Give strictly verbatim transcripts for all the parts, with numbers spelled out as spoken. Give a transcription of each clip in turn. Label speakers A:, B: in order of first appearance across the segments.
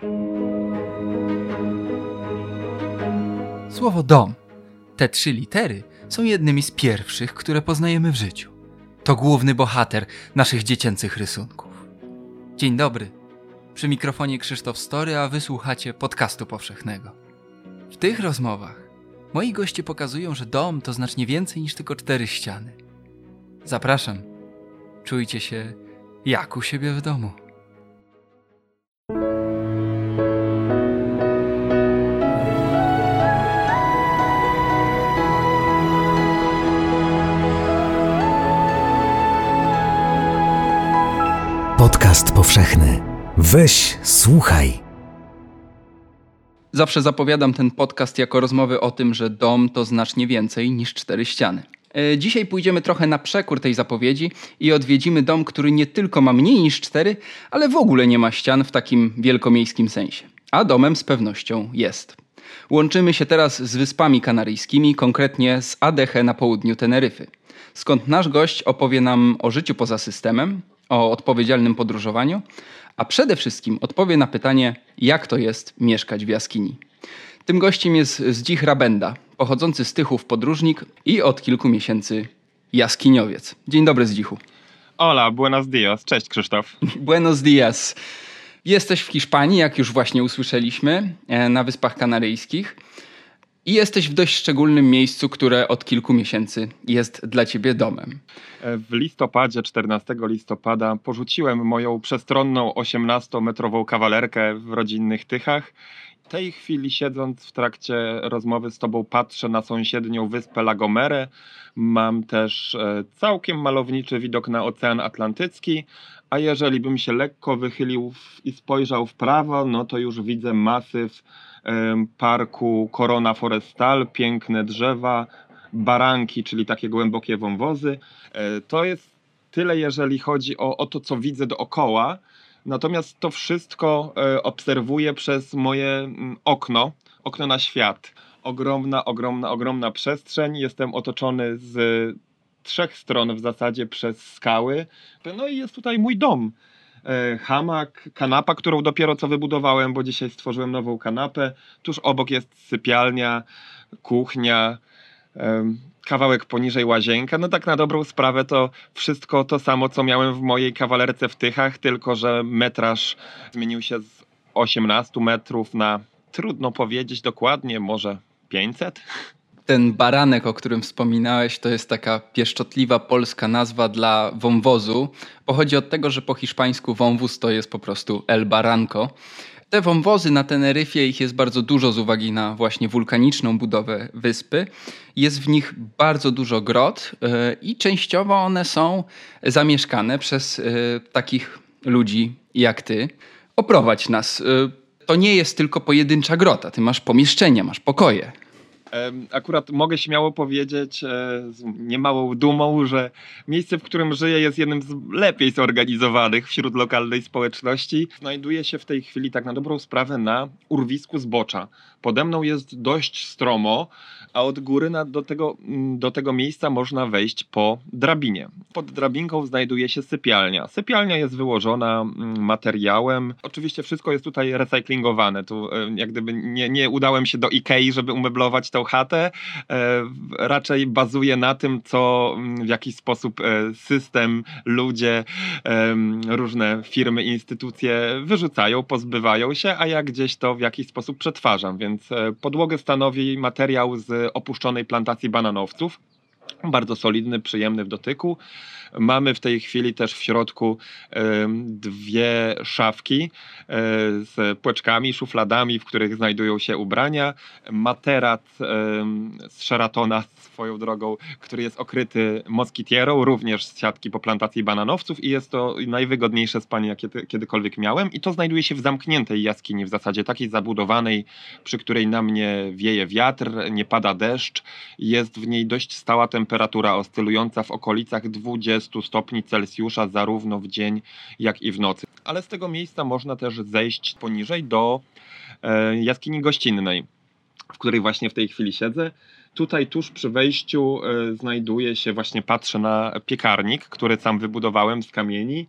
A: Słowo dom, te trzy litery, są jednymi z pierwszych, które poznajemy w życiu. To główny bohater naszych dziecięcych rysunków. Dzień dobry, przy mikrofonie Krzysztof Story, a wysłuchacie podcastu powszechnego. W tych rozmowach moi goście pokazują, że dom to znacznie więcej niż tylko cztery ściany. Zapraszam, czujcie się jak u siebie w domu.
B: Podcast powszechny. Weź, słuchaj.
A: Zawsze zapowiadam ten podcast jako rozmowy o tym, że dom to znacznie więcej niż cztery ściany. Dzisiaj pójdziemy trochę na przekór tej zapowiedzi i odwiedzimy dom, który nie tylko ma mniej niż cztery, ale w ogóle nie ma ścian w takim wielkomiejskim sensie. A domem z pewnością jest. Łączymy się teraz z Wyspami Kanaryjskimi, konkretnie z Adeje na południu Teneryfy. Skąd nasz gość opowie nam o życiu poza systemem, o odpowiedzialnym podróżowaniu, a przede wszystkim odpowie na pytanie, jak to jest mieszkać w jaskini. Tym gościem jest Zdzich Rabenda, pochodzący z Tychów podróżnik i od kilku miesięcy jaskiniowiec. Dzień dobry, Zdzichu.
C: Hola, buenos dias. Cześć, Krzysztof.
A: Buenos dias. Jesteś w Hiszpanii, jak już właśnie usłyszeliśmy, na Wyspach Kanaryjskich. I jesteś w dość szczególnym miejscu, które od kilku miesięcy jest dla ciebie domem.
C: W listopadzie, czternastego listopada, porzuciłem moją przestronną osiemnastometrową kawalerkę w rodzinnych Tychach. W tej chwili, siedząc w trakcie rozmowy z tobą, patrzę na sąsiednią wyspę La Gomera. Mam też całkiem malowniczy widok na Ocean Atlantycki, a jeżeli bym się lekko wychylił i spojrzał w prawo, no to już widzę masyw parku Corona Forestal, piękne drzewa, baranki, czyli takie głębokie wąwozy. To jest tyle, jeżeli chodzi o, o to, co widzę dookoła. Natomiast to wszystko obserwuję przez moje okno, okno na świat. Ogromna, ogromna, ogromna przestrzeń. Jestem otoczony z trzech stron w zasadzie przez skały. No i jest tutaj mój dom. Hamak, kanapa, którą dopiero co wybudowałem, bo dzisiaj stworzyłem nową kanapę. Tuż obok jest sypialnia, kuchnia, kawałek poniżej łazienka. No tak na dobrą sprawę to wszystko to samo, co miałem w mojej kawalerce w Tychach, tylko że metraż zmienił się z osiemnastu metrów na, trudno powiedzieć dokładnie, może pięćset?
A: Ten baranek, o którym wspominałeś, to jest taka pieszczotliwa polska nazwa dla wąwozu. Pochodzi od tego, że po hiszpańsku wąwóz to jest po prostu el barranco. Te wąwozy na Teneryfie, ich jest bardzo dużo z uwagi na właśnie wulkaniczną budowę wyspy. Jest w nich bardzo dużo grot yy, i częściowo one są zamieszkane przez yy, takich ludzi jak ty. Oprowadź nas. Yy, to nie jest tylko pojedyncza grota, ty masz pomieszczenia, masz pokoje.
C: Akurat mogę śmiało powiedzieć z niemałą dumą, że miejsce, w którym żyję, jest jednym z lepiej zorganizowanych wśród lokalnej społeczności. Znajduję się w tej chwili tak na dobrą sprawę na urwisku zbocza. Pode mną jest dość stromo, a od góry na, do, tego, do tego miejsca można wejść po drabinie. Pod drabinką znajduje się sypialnia. Sypialnia jest wyłożona materiałem. Oczywiście wszystko jest tutaj recyklingowane. Tu jak gdyby nie, nie udałem się do Ikei, żeby umeblować tą chatę. E, raczej bazuje na tym, co w jakiś sposób system, ludzie, e, różne firmy, instytucje wyrzucają, pozbywają się, a ja gdzieś to w jakiś sposób przetwarzam. Więc podłogę stanowi materiał z opuszczonej plantacji bananowców. Bardzo solidny, przyjemny w dotyku. Mamy w tej chwili też w środku y, dwie szafki y, z płeczkami, szufladami, w których znajdują się ubrania. Materac y, z Sheratona swoją drogą, który jest okryty moskitierą, również z siatki po plantacji bananowców i jest to najwygodniejsze spanie, jakie kiedykolwiek miałem. I to znajduje się w zamkniętej jaskini, w zasadzie takiej zabudowanej, przy której na mnie wieje wiatr, nie pada deszcz. Jest w niej dość stała temperatura, oscylująca w okolicach dwudziestu stopni Celsjusza zarówno w dzień, jak i w nocy. Ale z tego miejsca można też zejść poniżej do e, jaskini gościnnej, w której właśnie w tej chwili siedzę. Tutaj tuż przy wejściu y, znajduje się, właśnie patrzę na piekarnik, który sam wybudowałem z kamieni.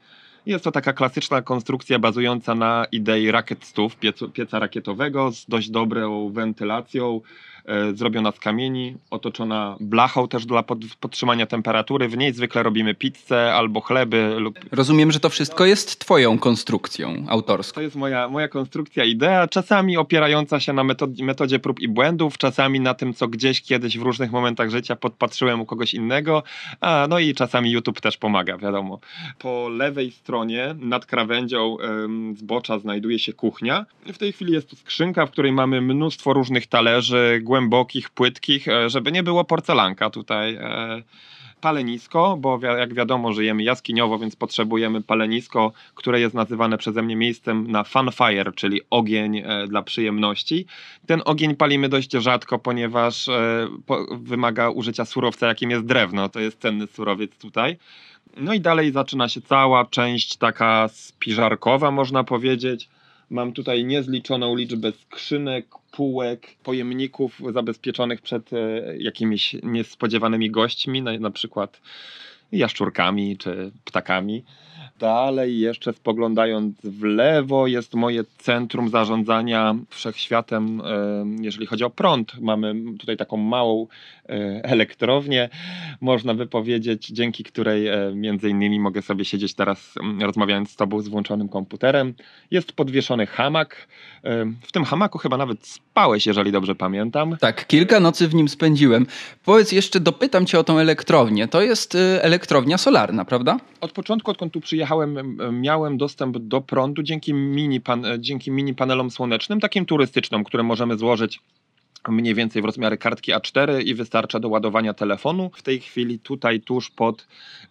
C: Jest to taka klasyczna konstrukcja bazująca na idei rakiet stów, piecu, pieca rakietowego z dość dobrą wentylacją, e, zrobiona z kamieni, otoczona blachą też dla pod, podtrzymania temperatury. W niej zwykle robimy pizzę albo chleby. Lub...
A: Rozumiem, że to wszystko jest twoją konstrukcją autorską.
C: To jest moja, moja konstrukcja, idea, czasami opierająca się na metod, metodzie prób i błędów, czasami na tym, co gdzieś kiedyś w różnych momentach życia podpatrzyłem u kogoś innego, a, no i czasami YouTube też pomaga, wiadomo. Po lewej stronie nad krawędzią ym, zbocza znajduje się kuchnia. W tej chwili jest tu skrzynka, w której mamy mnóstwo różnych talerzy, głębokich, płytkich, e, żeby nie było porcelanka tutaj. E, palenisko, bo wi- jak wiadomo żyjemy jaskiniowo, więc potrzebujemy palenisko, które jest nazywane przeze mnie miejscem na fun fire, czyli ogień e, dla przyjemności. Ten ogień palimy dość rzadko, ponieważ e, po, wymaga użycia surowca, jakim jest drewno. To jest cenny surowiec tutaj. No i dalej zaczyna się cała część taka spiżarkowa, można powiedzieć. Mam tutaj niezliczoną liczbę skrzynek, półek, pojemników zabezpieczonych przed e, jakimiś niespodziewanymi gośćmi, na, na przykład jaszczurkami czy ptakami. Dalej jeszcze spoglądając w lewo jest moje centrum zarządzania wszechświatem, e, jeżeli chodzi o prąd. Mamy tutaj taką małą e, elektrownię, można by powiedzieć, dzięki której e, między innymi mogę sobie siedzieć teraz m, rozmawiając z tobą z włączonym komputerem. Jest podwieszony hamak. E, w tym hamaku chyba nawet spałeś, jeżeli dobrze pamiętam.
A: Tak, kilka nocy w nim spędziłem. Powiedz jeszcze, dopytam cię o tą elektrownię. To jest y, elektrownia solarna, prawda?
C: Od początku, odkąd tu przyjechałem, m, miałem dostęp do prądu dzięki mini, pan, dzięki mini panelom słonecznym, takim turystycznym, które możemy złożyć mniej więcej w rozmiarze kartki A cztery i wystarcza do ładowania telefonu. W tej chwili tutaj tuż pod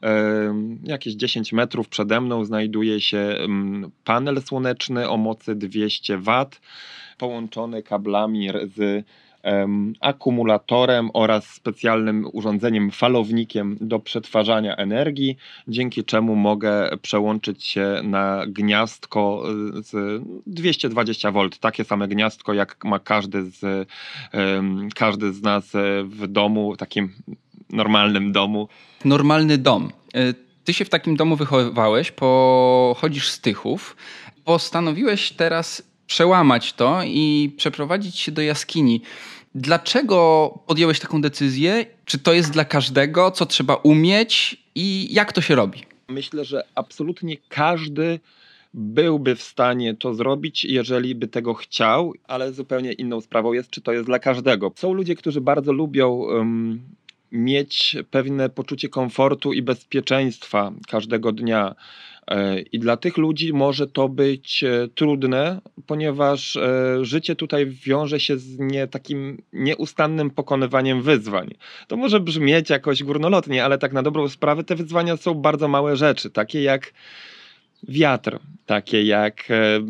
C: e, jakieś dziesięć metrów przede mną znajduje się m, panel słoneczny o mocy dwieście watów, połączony kablami z em, akumulatorem oraz specjalnym urządzeniem falownikiem do przetwarzania energii, dzięki czemu mogę przełączyć się na gniazdko z dwieście dwadzieścia wolt, takie same gniazdko jak ma każdy z, em, każdy z nas w domu, takim normalnym domu.
A: Normalny dom. Y, Ty się w takim domu wychowywałeś, pochodzisz z Tychów. Postanowiłeś teraz przełamać to i przeprowadzić się do jaskini. Dlaczego podjąłeś taką decyzję? Czy to jest dla każdego? Co trzeba umieć? I jak to się robi?
C: Myślę, że absolutnie każdy byłby w stanie to zrobić, jeżeli by tego chciał, ale zupełnie inną sprawą jest, czy to jest dla każdego. Są ludzie, którzy bardzo lubią um, mieć pewne poczucie komfortu i bezpieczeństwa każdego dnia. I dla tych ludzi może to być trudne, ponieważ życie tutaj wiąże się z nie, takim nieustannym pokonywaniem wyzwań. To może brzmieć jakoś górnolotnie, ale tak na dobrą sprawę te wyzwania są bardzo małe rzeczy, takie jak wiatr, takie jak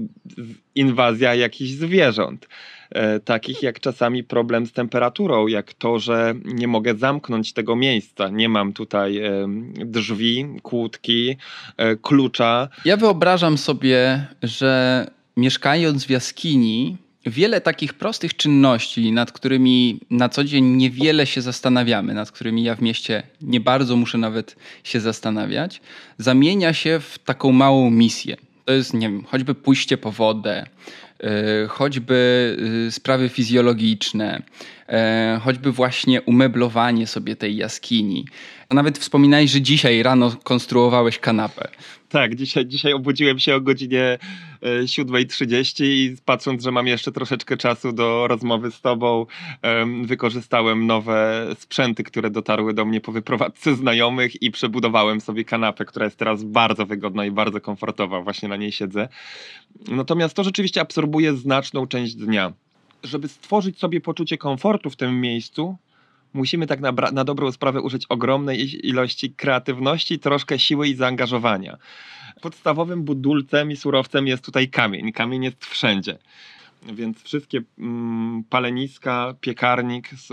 C: inwazja jakichś zwierząt. Takich jak czasami problem z temperaturą, jak to, że nie mogę zamknąć tego miejsca. Nie mam tutaj drzwi, kłódki, klucza.
A: Ja wyobrażam sobie, że mieszkając w jaskini, wiele takich prostych czynności, nad którymi na co dzień niewiele się zastanawiamy, nad którymi ja w mieście nie bardzo muszę nawet się zastanawiać, zamienia się w taką małą misję. To jest, nie wiem, choćby pójście po wodę, yy, choćby yy, sprawy fizjologiczne, yy, choćby właśnie umeblowanie sobie tej jaskini. A nawet wspominałeś, że dzisiaj rano konstruowałeś kanapę.
C: Tak, dzisiaj, dzisiaj obudziłem się o godzinie siódma trzydzieści i patrząc, że mam jeszcze troszeczkę czasu do rozmowy z tobą, um, wykorzystałem nowe sprzęty, które dotarły do mnie po wyprowadzce znajomych i przebudowałem sobie kanapę, która jest teraz bardzo wygodna i bardzo komfortowa. Właśnie na niej siedzę. Natomiast to rzeczywiście absorbuje znaczną część dnia. Żeby stworzyć sobie poczucie komfortu w tym miejscu, musimy tak na, bra- na dobrą sprawę użyć ogromnej ilości kreatywności, troszkę siły i zaangażowania. Podstawowym budulcem i surowcem jest tutaj kamień. Kamień jest wszędzie. Więc wszystkie mm, paleniska, piekarnik, y,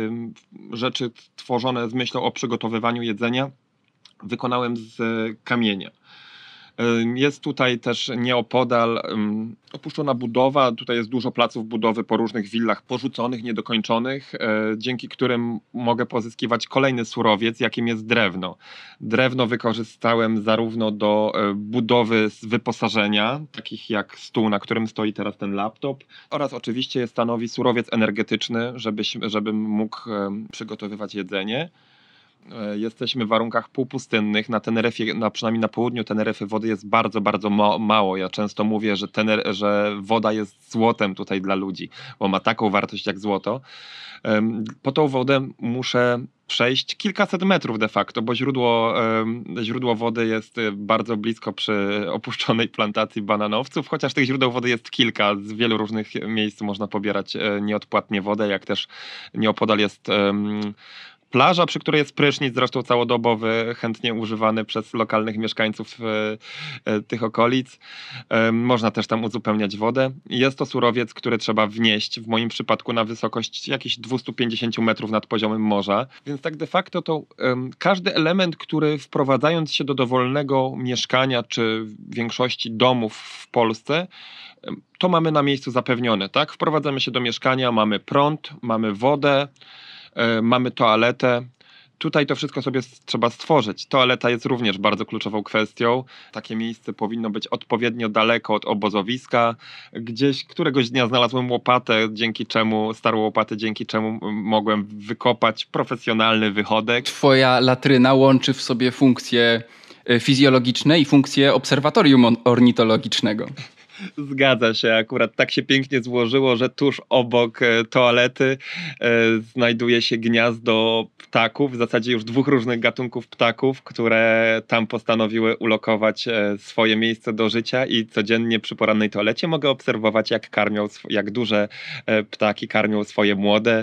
C: rzeczy tworzone z myślą o przygotowywaniu jedzenia wykonałem z kamienia. Jest tutaj też nieopodal um, opuszczona budowa. Tutaj jest dużo placów budowy po różnych willach porzuconych, niedokończonych, e, dzięki którym mogę pozyskiwać kolejny surowiec, jakim jest drewno. Drewno wykorzystałem zarówno do e, budowy z wyposażenia, takich jak stół, na którym stoi teraz ten laptop, oraz oczywiście stanowi surowiec energetyczny, żebyś, żebym mógł e, przygotowywać jedzenie. Jesteśmy w warunkach półpustynnych. Na Teneryfie, na, przynajmniej na południu Teneryfy wody jest bardzo, bardzo ma- mało. Ja często mówię, że, tener- że woda jest złotem tutaj dla ludzi, bo ma taką wartość jak złoto. Po tą wodę muszę przejść kilkaset metrów de facto, bo źródło, źródło wody jest bardzo blisko przy opuszczonej plantacji bananowców, chociaż tych źródeł wody jest kilka. Z wielu różnych miejsc można pobierać nieodpłatnie wodę, jak też nieopodal jest plaża, przy której jest prysznic, zresztą całodobowy, chętnie używany przez lokalnych mieszkańców e, e, tych okolic. E, można też tam uzupełniać wodę. Jest to surowiec, który trzeba wnieść, w moim przypadku na wysokość jakichś dwieście pięćdziesiąt metrów nad poziomem morza. Więc tak de facto to e, każdy element, który wprowadzając się do dowolnego mieszkania, czy większości domów w Polsce, to mamy na miejscu zapewnione, tak? Wprowadzamy się do mieszkania, mamy prąd, mamy wodę, mamy toaletę. Tutaj to wszystko sobie trzeba stworzyć. Toaleta jest również bardzo kluczową kwestią. Takie miejsce powinno być odpowiednio daleko od obozowiska. Gdzieś któregoś dnia znalazłem łopatę, dzięki czemu, starą łopatę, dzięki czemu mogłem wykopać profesjonalny wychodek.
A: Twoja latryna łączy w sobie funkcje fizjologiczne i funkcje obserwatorium ornitologicznego.
C: Zgadza się, akurat tak się pięknie złożyło, że tuż obok e, toalety e, znajduje się gniazdo ptaków, w zasadzie już dwóch różnych gatunków ptaków, które tam postanowiły ulokować e, swoje miejsce do życia i codziennie przy porannej toalecie mogę obserwować, jak karmią, jak duże e, ptaki karmią swoje młode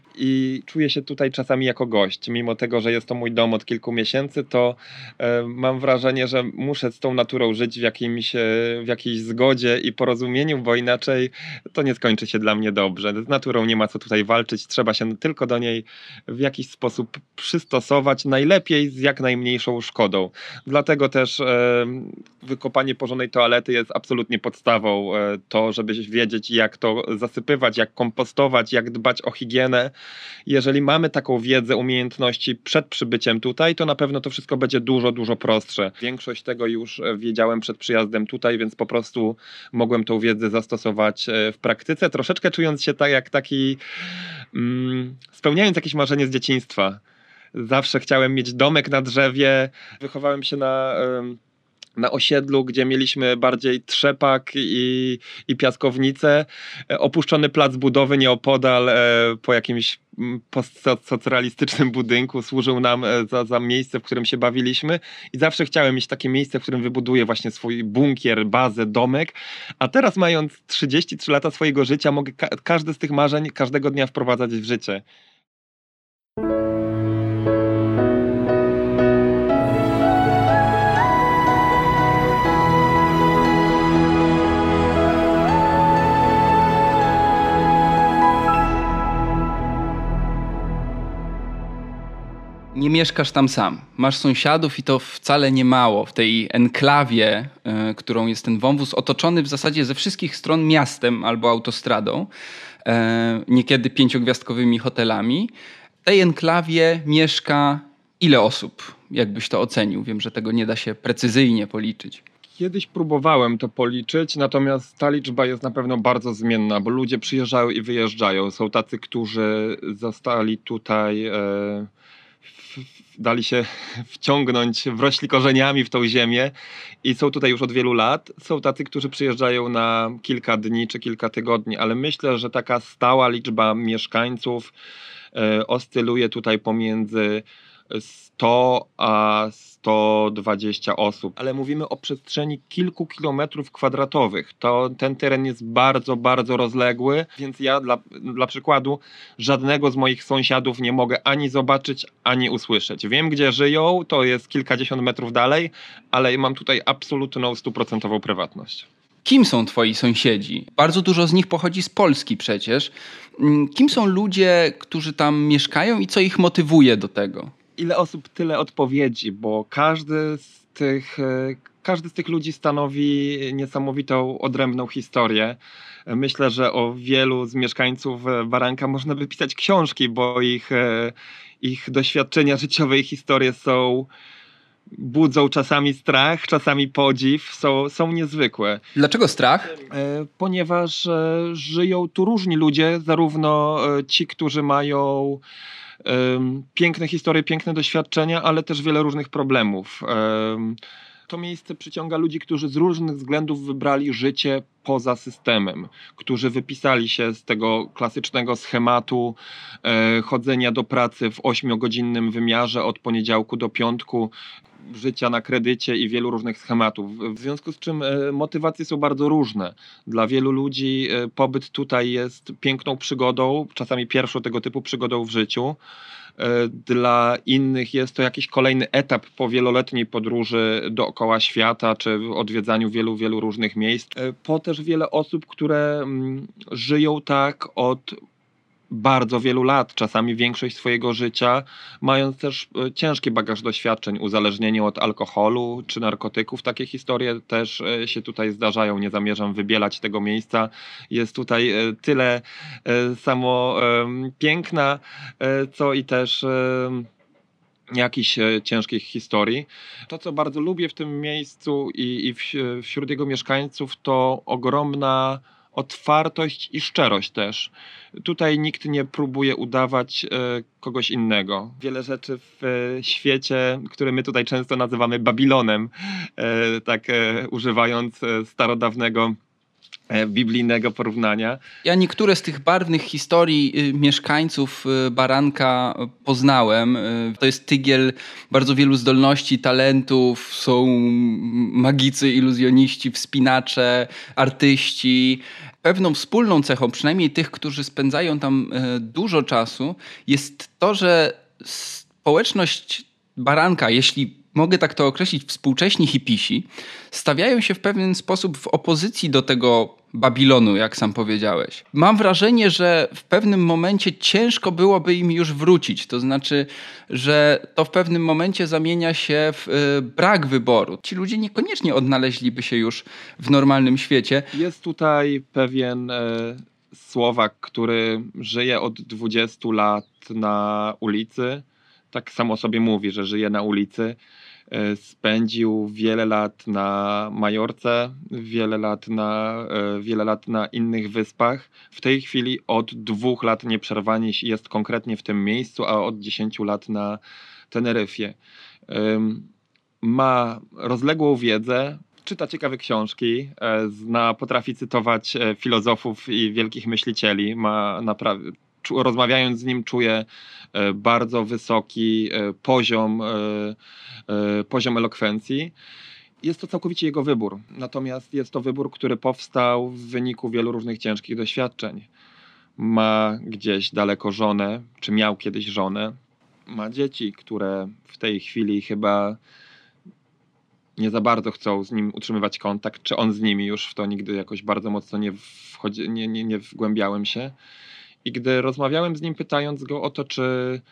C: i czuję się tutaj czasami jako gość. Mimo tego, że jest to mój dom od kilku miesięcy, to e, mam wrażenie, że muszę z tą naturą żyć w jakimś, e, w jakiejś zgodzie i porozumieniu, bo inaczej to nie skończy się dla mnie dobrze. Z naturą nie ma co tutaj walczyć, trzeba się tylko do niej w jakiś sposób przystosować, najlepiej z jak najmniejszą szkodą. Dlatego też e, wykopanie porządnej toalety jest absolutnie podstawą. E, to, żeby wiedzieć, jak to zasypywać, jak kompostować, jak dbać o higienę. Jeżeli mamy taką wiedzę, umiejętności przed przybyciem tutaj, to na pewno to wszystko będzie dużo, dużo prostsze. Większość tego już wiedziałem przed przyjazdem tutaj, więc po prostu mogłem tą wiedzę zastosować w praktyce, troszeczkę czując się tak jak taki, mm, spełniając jakieś marzenie z dzieciństwa. Zawsze chciałem mieć domek na drzewie, wychowałem się na... Ym, na osiedlu, gdzie mieliśmy bardziej trzepak i, i piaskownicę. Opuszczony plac budowy nieopodal e, po jakimś postsocrealistycznym budynku służył nam za, za miejsce, w którym się bawiliśmy i zawsze chciałem mieć takie miejsce, w którym wybuduję właśnie swój bunkier, bazę, domek, a teraz mając trzydzieści trzy lata swojego życia mogę ka- każdy z tych marzeń każdego dnia wprowadzać w życie.
A: Nie mieszkasz tam sam. Masz sąsiadów i to wcale nie mało. W tej enklawie, y, którą jest ten wąwóz, otoczony w zasadzie ze wszystkich stron miastem albo autostradą, y, niekiedy pięciogwiazdkowymi hotelami. W tej enklawie mieszka ile osób? Jakbyś to ocenił? Wiem, że tego nie da się precyzyjnie policzyć.
C: Kiedyś próbowałem to policzyć, natomiast ta liczba jest na pewno bardzo zmienna, bo ludzie przyjeżdżają i wyjeżdżają. Są tacy, którzy zostali tutaj... E... dali się wciągnąć, wrośli korzeniami w tą ziemię i są tutaj już od wielu lat. Są tacy, którzy przyjeżdżają na kilka dni czy kilka tygodni, ale myślę, że taka stała liczba mieszkańców e, oscyluje tutaj pomiędzy sto a sto dwadzieścia osób, ale mówimy o przestrzeni kilku kilometrów kwadratowych. To, ten teren jest bardzo, bardzo rozległy, więc ja dla, dla przykładu żadnego z moich sąsiadów nie mogę ani zobaczyć, ani usłyszeć. Wiem, gdzie żyją, to jest kilkadziesiąt metrów dalej, ale mam tutaj absolutną, stuprocentową prywatność.
A: Kim są twoi sąsiedzi? Bardzo dużo z nich pochodzi z Polski przecież. Kim są ludzie, którzy tam mieszkają i co ich motywuje do tego?
C: Ile osób, tyle odpowiedzi, bo każdy z tych, każdy z tych ludzi stanowi niesamowitą, odrębną historię. Myślę, że o wielu z mieszkańców Baranka można by pisać książki, bo ich, ich doświadczenia życiowe i historie są... budzą czasami strach, czasami podziw, są, są niezwykłe.
A: Dlaczego strach?
C: E, ponieważ e, żyją tu różni ludzie, zarówno e, ci, którzy mają e, piękne historie, piękne doświadczenia, ale też wiele różnych problemów. E, to miejsce przyciąga ludzi, którzy z różnych względów wybrali życie poza systemem, którzy wypisali się z tego klasycznego schematu e, chodzenia do pracy w ośmiogodzinnym wymiarze od poniedziałku do piątku, życia na kredycie i wielu różnych schematów. W związku z czym e, motywacje są bardzo różne. Dla wielu ludzi e, pobyt tutaj jest piękną przygodą, czasami pierwszą tego typu przygodą w życiu. E, dla innych jest to jakiś kolejny etap po wieloletniej podróży dookoła świata, czy w odwiedzaniu wielu, wielu różnych miejsc. E, po też wiele osób, które mm, żyją tak od bardzo wielu lat, czasami większość swojego życia, mając też e, ciężki bagaż doświadczeń, uzależnienie od alkoholu czy narkotyków. Takie historie też e, się tutaj zdarzają. Nie zamierzam wybielać tego miejsca. Jest tutaj e, tyle e, samo e, piękna, e, co i też e, jakichś e, ciężkich historii. To, co bardzo lubię w tym miejscu i, i w, wśród jego mieszkańców, to ogromna otwartość i szczerość też. Tutaj nikt nie próbuje udawać e, kogoś innego. Wiele rzeczy w e, świecie, które my tutaj często nazywamy Babilonem, e, tak e, używając e, starodawnego e, biblijnego porównania.
A: Ja niektóre z tych barwnych historii y, mieszkańców y, Baranka poznałem. Y, to jest tygiel bardzo wielu zdolności, talentów. Są magicy, iluzjoniści, wspinacze, artyści. Pewną wspólną cechą, przynajmniej tych, którzy spędzają tam y, dużo czasu, jest to, że społeczność Baranka, jeśli mogę tak to określić, współcześni hipisi, stawiają się w pewien sposób w opozycji do tego Babilonu, jak sam powiedziałeś. Mam wrażenie, że w pewnym momencie ciężko byłoby im już wrócić. To znaczy, że to w pewnym momencie zamienia się w y, brak wyboru. Ci ludzie niekoniecznie odnaleźliby się już w normalnym świecie.
C: Jest tutaj pewien e, Słowak, który żyje od dwudziestu lat na ulicy. Tak samo sobie mówi, że żyje na ulicy. E, spędził wiele lat na Majorce, wiele lat na, e, wiele lat na innych wyspach. W tej chwili od dwóch lat nieprzerwanie jest konkretnie w tym miejscu, a od dziesięciu lat na Teneryfie. E, ma rozległą wiedzę, czyta ciekawe książki, e, zna, potrafi cytować e, filozofów i wielkich myślicieli, ma naprawdę... Czu- rozmawiając z nim czuję e, bardzo wysoki e, poziom, e, e, poziom elokwencji. Jest to całkowicie jego wybór. Natomiast jest to wybór, który powstał w wyniku wielu różnych ciężkich doświadczeń. Ma gdzieś daleko żonę, czy miał kiedyś żonę. Ma dzieci, które w tej chwili chyba nie za bardzo chcą z nim utrzymywać kontakt, czy on z nimi, już w to nigdy jakoś bardzo mocno nie, wchodzi, nie, nie, nie wgłębiałem się. I gdy rozmawiałem z nim, pytając go o to, czy,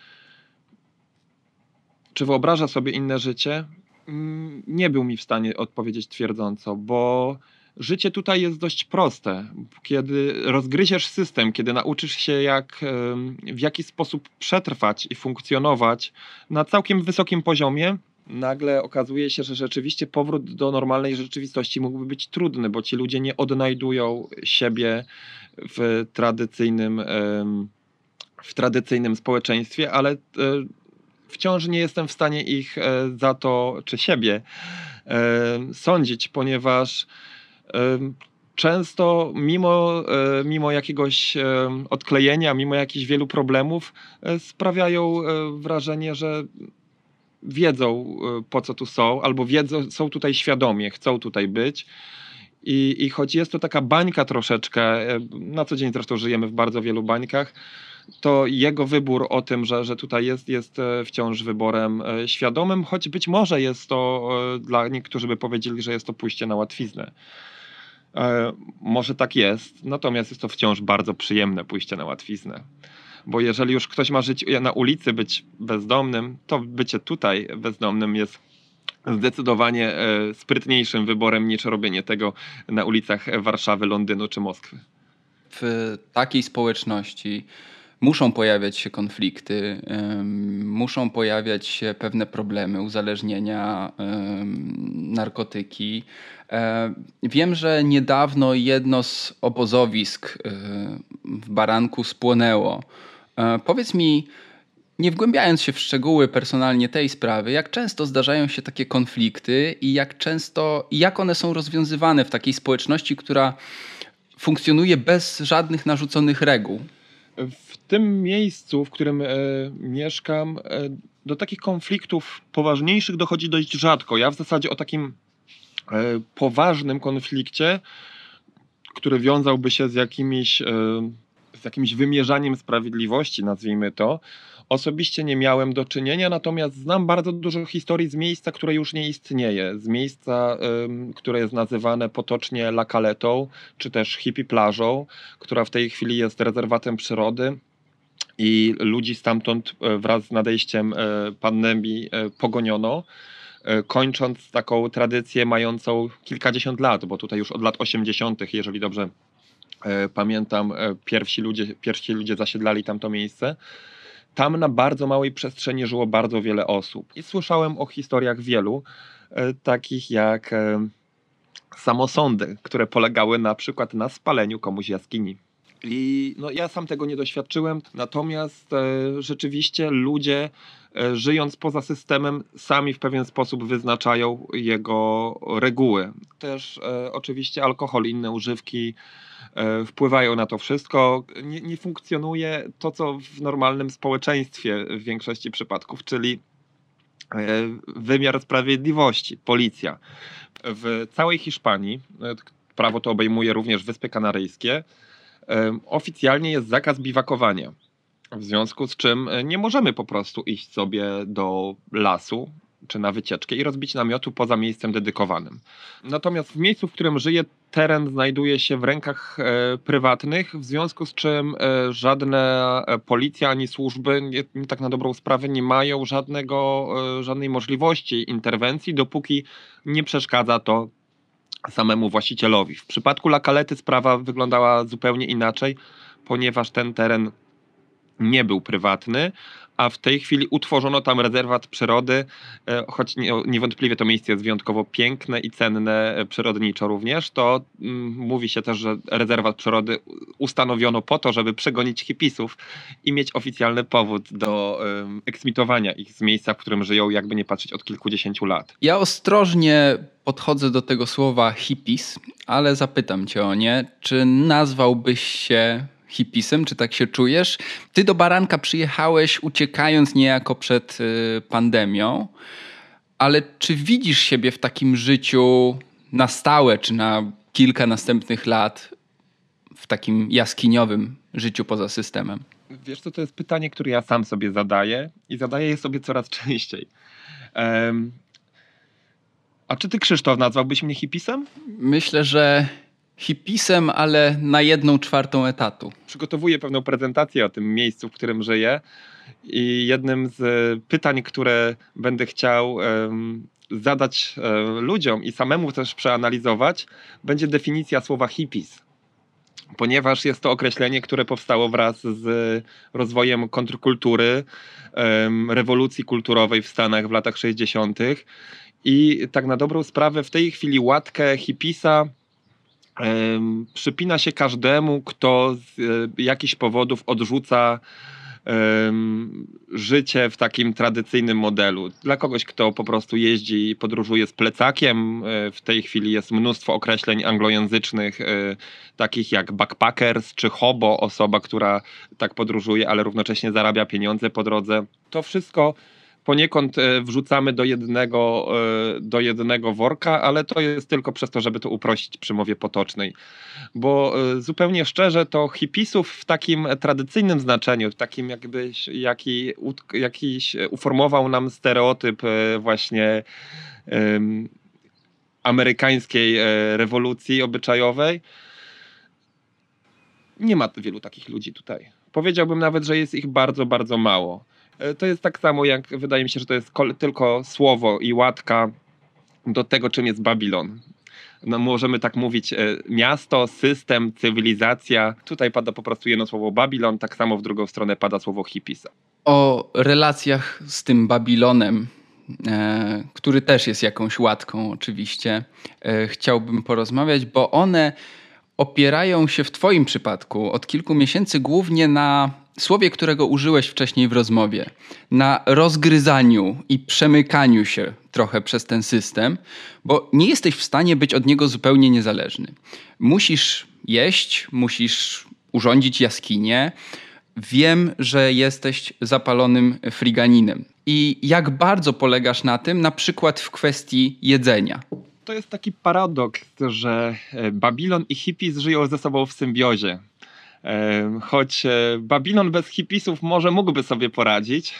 C: czy wyobraża sobie inne życie, mm, nie był mi w stanie odpowiedzieć twierdząco, bo życie tutaj jest dość proste. Kiedy rozgryziesz system, kiedy nauczysz się, jak, em, w jaki sposób przetrwać i funkcjonować na całkiem wysokim poziomie, nagle okazuje się, że rzeczywiście powrót do normalnej rzeczywistości mógłby być trudny, bo ci ludzie nie odnajdują siebie w tradycyjnym, em, w tradycyjnym społeczeństwie, ale e, wciąż nie jestem w stanie ich e, za to, czy siebie e, sądzić, ponieważ e, często mimo, e, mimo jakiegoś e, odklejenia, mimo jakichś wielu problemów e, sprawiają e, wrażenie, że wiedzą, e, po co tu są, albo wiedzą, są tutaj świadomie, chcą tutaj być. I, I choć jest to taka bańka troszeczkę, e, na co dzień zresztą żyjemy w bardzo wielu bańkach, to jego wybór o tym, że, że tutaj jest, jest e, wciąż wyborem e, świadomym, choć być może jest to, e, dla niektórzy by powiedzieli, że jest to pójście na łatwiznę. E, może tak jest, natomiast jest to wciąż bardzo przyjemne pójście na łatwiznę. Bo jeżeli już ktoś ma żyć na ulicy, być bezdomnym, to bycie tutaj bezdomnym jest zdecydowanie e, sprytniejszym wyborem niż robienie tego na ulicach Warszawy, Londynu czy Moskwy.
A: W takiej społeczności muszą pojawiać się konflikty, ym, muszą pojawiać się pewne problemy, uzależnienia, ym, narkotyki. E, wiem, że niedawno jedno z obozowisk y, w Baranku spłonęło. E, powiedz mi, nie wgłębiając się w szczegóły personalnie tej sprawy, jak często zdarzają się takie konflikty i jak często, i jak one są rozwiązywane w takiej społeczności, która funkcjonuje bez żadnych narzuconych reguł?
C: W tym miejscu, w którym e, mieszkam, e, do takich konfliktów poważniejszych dochodzi dość rzadko. Ja w zasadzie o takim e, poważnym konflikcie, który wiązałby się z jakimiś, e, z jakimś wymierzaniem sprawiedliwości, nazwijmy to, osobiście nie miałem do czynienia, natomiast znam bardzo dużo historii z miejsca, które już nie istnieje, z miejsca, ym, które jest nazywane potocznie La Caletą, czy też hippie plażą, która w tej chwili jest rezerwatem przyrody i ludzi stamtąd e, wraz z nadejściem e, pandemii e, pogoniono, e, kończąc taką tradycję mającą kilkadziesiąt lat, bo tutaj już od lat osiemdziesiątych, jeżeli dobrze e, pamiętam, e, pierwsi ludzie, pierwsi ludzie zasiedlali tamto miejsce. Tam na bardzo małej przestrzeni żyło bardzo wiele osób. I słyszałem o historiach wielu, e, takich jak e, samosądy, które polegały na przykład na spaleniu komuś jaskini. I no, ja sam tego nie doświadczyłem, natomiast e, rzeczywiście ludzie, e, żyjąc poza systemem, sami w pewien sposób wyznaczają jego reguły. Też e, oczywiście alkohol, inne używki e, wpływają na to wszystko. Nie, nie funkcjonuje to, co w normalnym społeczeństwie w większości przypadków, czyli e, wymiar sprawiedliwości, policja. W całej Hiszpanii, e, prawo to obejmuje również Wyspy Kanaryjskie, oficjalnie jest zakaz biwakowania, w związku z czym nie możemy po prostu iść sobie do lasu czy na wycieczkę i rozbić namiotu poza miejscem dedykowanym. Natomiast w miejscu, w którym żyję, teren znajduje się w rękach e, prywatnych, w związku z czym e, żadne e, policja ani służby nie, tak na dobrą sprawę nie mają żadnego, e, żadnej możliwości interwencji, dopóki nie przeszkadza to samemu właścicielowi. W przypadku La Calety sprawa wyglądała zupełnie inaczej, ponieważ ten teren nie był prywatny, a w tej chwili utworzono tam rezerwat przyrody, e, choć nie, niewątpliwie to miejsce jest wyjątkowo piękne i cenne e, przyrodniczo również, to mm, mówi się też, że rezerwat przyrody ustanowiono po to, żeby przegonić hipisów i mieć oficjalny powód do e, eksmitowania ich z miejsca, w którym żyją, jakby nie patrzeć, od kilkudziesięciu lat.
A: Ja ostrożnie podchodzę do tego słowa hippies, ale zapytam cię o nie. Czy nazwałbyś się hippisem? Czy tak się czujesz? Ty do Baranka przyjechałeś uciekając niejako przed y, pandemią, ale czy widzisz siebie w takim życiu na stałe, czy na kilka następnych lat w takim jaskiniowym życiu poza systemem?
C: Wiesz co, to jest pytanie, które ja sam sobie zadaję i zadaję je sobie coraz częściej. Um, a czy ty, Krzysztof, nazwałbyś mnie hippisem?
A: Myślę, że hippisem, ale na jedną czwartą etatu.
C: Przygotowuję pewną prezentację o tym miejscu, w którym żyję i jednym z pytań, które będę chciał um, zadać um, ludziom i samemu też przeanalizować, będzie definicja słowa hippies. Ponieważ jest to określenie, które powstało wraz z rozwojem kontrkultury, um, rewolucji kulturowej w Stanach w latach sześćdziesiątych. I tak na dobrą sprawę w tej chwili łatkę hippisa um, przypina się każdemu, kto z um, jakichś powodów odrzuca um, życie w takim tradycyjnym modelu. Dla kogoś, kto po prostu jeździ i podróżuje z plecakiem, w tej chwili jest mnóstwo określeń anglojęzycznych, takich jak backpackers czy hobo, osoba, która tak podróżuje, ale równocześnie zarabia pieniądze po drodze. To wszystko poniekąd wrzucamy do jednego, do jednego worka, ale to jest tylko przez to, żeby to uprościć przy mowie potocznej. Bo zupełnie szczerze, to hippisów w takim tradycyjnym znaczeniu, w takim jakby, jaki, jakiś uformował nam stereotyp właśnie um, amerykańskiej rewolucji obyczajowej, nie ma wielu takich ludzi tutaj. Powiedziałbym nawet, że jest ich bardzo, bardzo mało. To jest tak samo jak, wydaje mi się, że to jest kol- tylko słowo i łatka do tego, czym jest Babilon. No, możemy tak mówić, e, miasto, system, cywilizacja. Tutaj pada po prostu jedno słowo Babilon, tak samo w drugą stronę pada słowo hippies.
A: O relacjach z tym Babilonem, e, który też jest jakąś łatką oczywiście, e, chciałbym porozmawiać, bo one opierają się w twoim przypadku od kilku miesięcy głównie na słowie, którego użyłeś wcześniej w rozmowie. Na rozgryzaniu i przemykaniu się trochę przez ten system, bo nie jesteś w stanie być od niego zupełnie niezależny. Musisz jeść, musisz urządzić jaskinię. Wiem, że jesteś zapalonym friganinem. I jak bardzo polegasz na tym, na przykład w kwestii jedzenia?
C: To jest taki paradoks, że Babilon i hippies żyją ze sobą w symbiozie. Choć Babilon bez hippisów może mógłby sobie poradzić,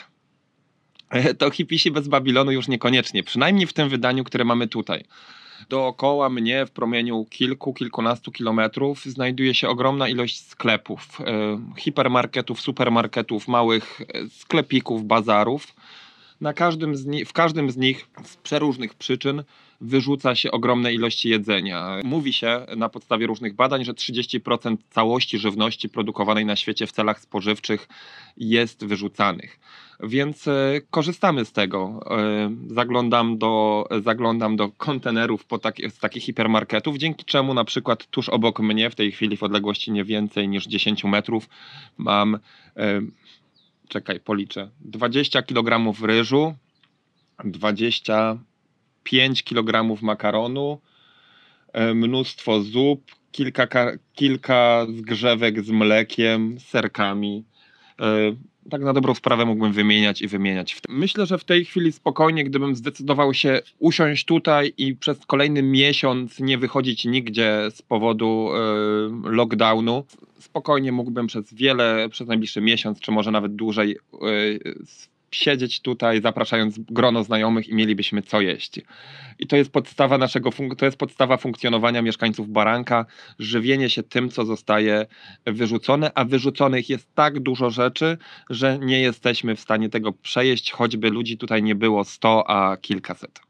C: to hippisi bez Babilonu już niekoniecznie. Przynajmniej w tym wydaniu, które mamy tutaj. Dookoła mnie w promieniu kilku, kilkunastu kilometrów znajduje się ogromna ilość sklepów, hipermarketów, supermarketów, małych sklepików, bazarów. Na każdym z nich, w każdym z nich z przeróżnych przyczyn wyrzuca się ogromne ilości jedzenia. Mówi się na podstawie różnych badań, że trzydzieści procent całości żywności produkowanej na świecie w celach spożywczych jest wyrzucanych. Więc e, korzystamy z tego. E, zaglądam do, zaglądam do kontenerów po taki, z takich hipermarketów, dzięki czemu na przykład tuż obok mnie, w tej chwili w odległości nie więcej niż dziesięć metrów, mam... E, Czekaj, policzę. dwadzieścia kilogramów ryżu, dwadzieścia pięć kilogramów makaronu, mnóstwo zup, kilka, kilka zgrzewek z mlekiem, serkami. Tak na dobrą sprawę mógłbym wymieniać i wymieniać. Myślę, że w tej chwili spokojnie, gdybym zdecydował się usiąść tutaj i przez kolejny miesiąc nie wychodzić nigdzie z powodu y, lockdownu, spokojnie mógłbym przez wiele, przez najbliższy miesiąc, czy może nawet dłużej y, siedzieć tutaj, zapraszając grono znajomych i mielibyśmy co jeść. I to jest podstawa naszego, to jest podstawa funkcjonowania mieszkańców Baranka, żywienie się tym, co zostaje wyrzucone, a wyrzuconych jest tak dużo rzeczy, że nie jesteśmy w stanie tego przejeść, choćby ludzi tutaj nie było sto, a kilkaset.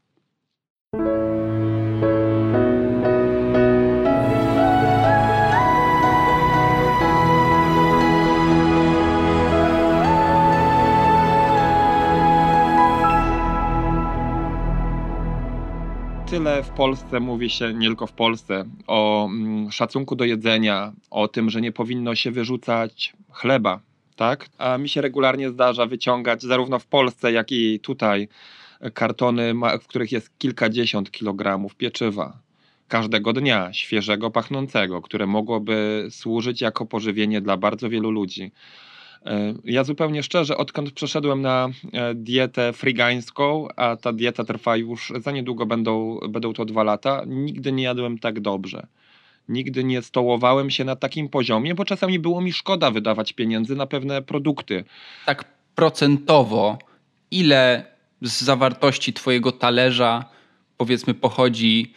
C: Tyle w Polsce mówi się, nie tylko w Polsce, o mm, szacunku do jedzenia, o tym, że nie powinno się wyrzucać chleba, tak? A mi się regularnie zdarza wyciągać zarówno w Polsce, jak i tutaj kartony, w których jest kilkadziesiąt kilogramów pieczywa. Każdego dnia, świeżego, pachnącego, które mogłoby służyć jako pożywienie dla bardzo wielu ludzi. Ja zupełnie szczerze, odkąd przeszedłem na dietę frigańską, a ta dieta trwa już, za niedługo będą, będą to dwa lata, nigdy nie jadłem tak dobrze. Nigdy nie stołowałem się na takim poziomie, bo czasami było mi szkoda wydawać pieniędzy na pewne produkty.
A: Tak procentowo, ile z zawartości twojego talerza, powiedzmy, pochodzi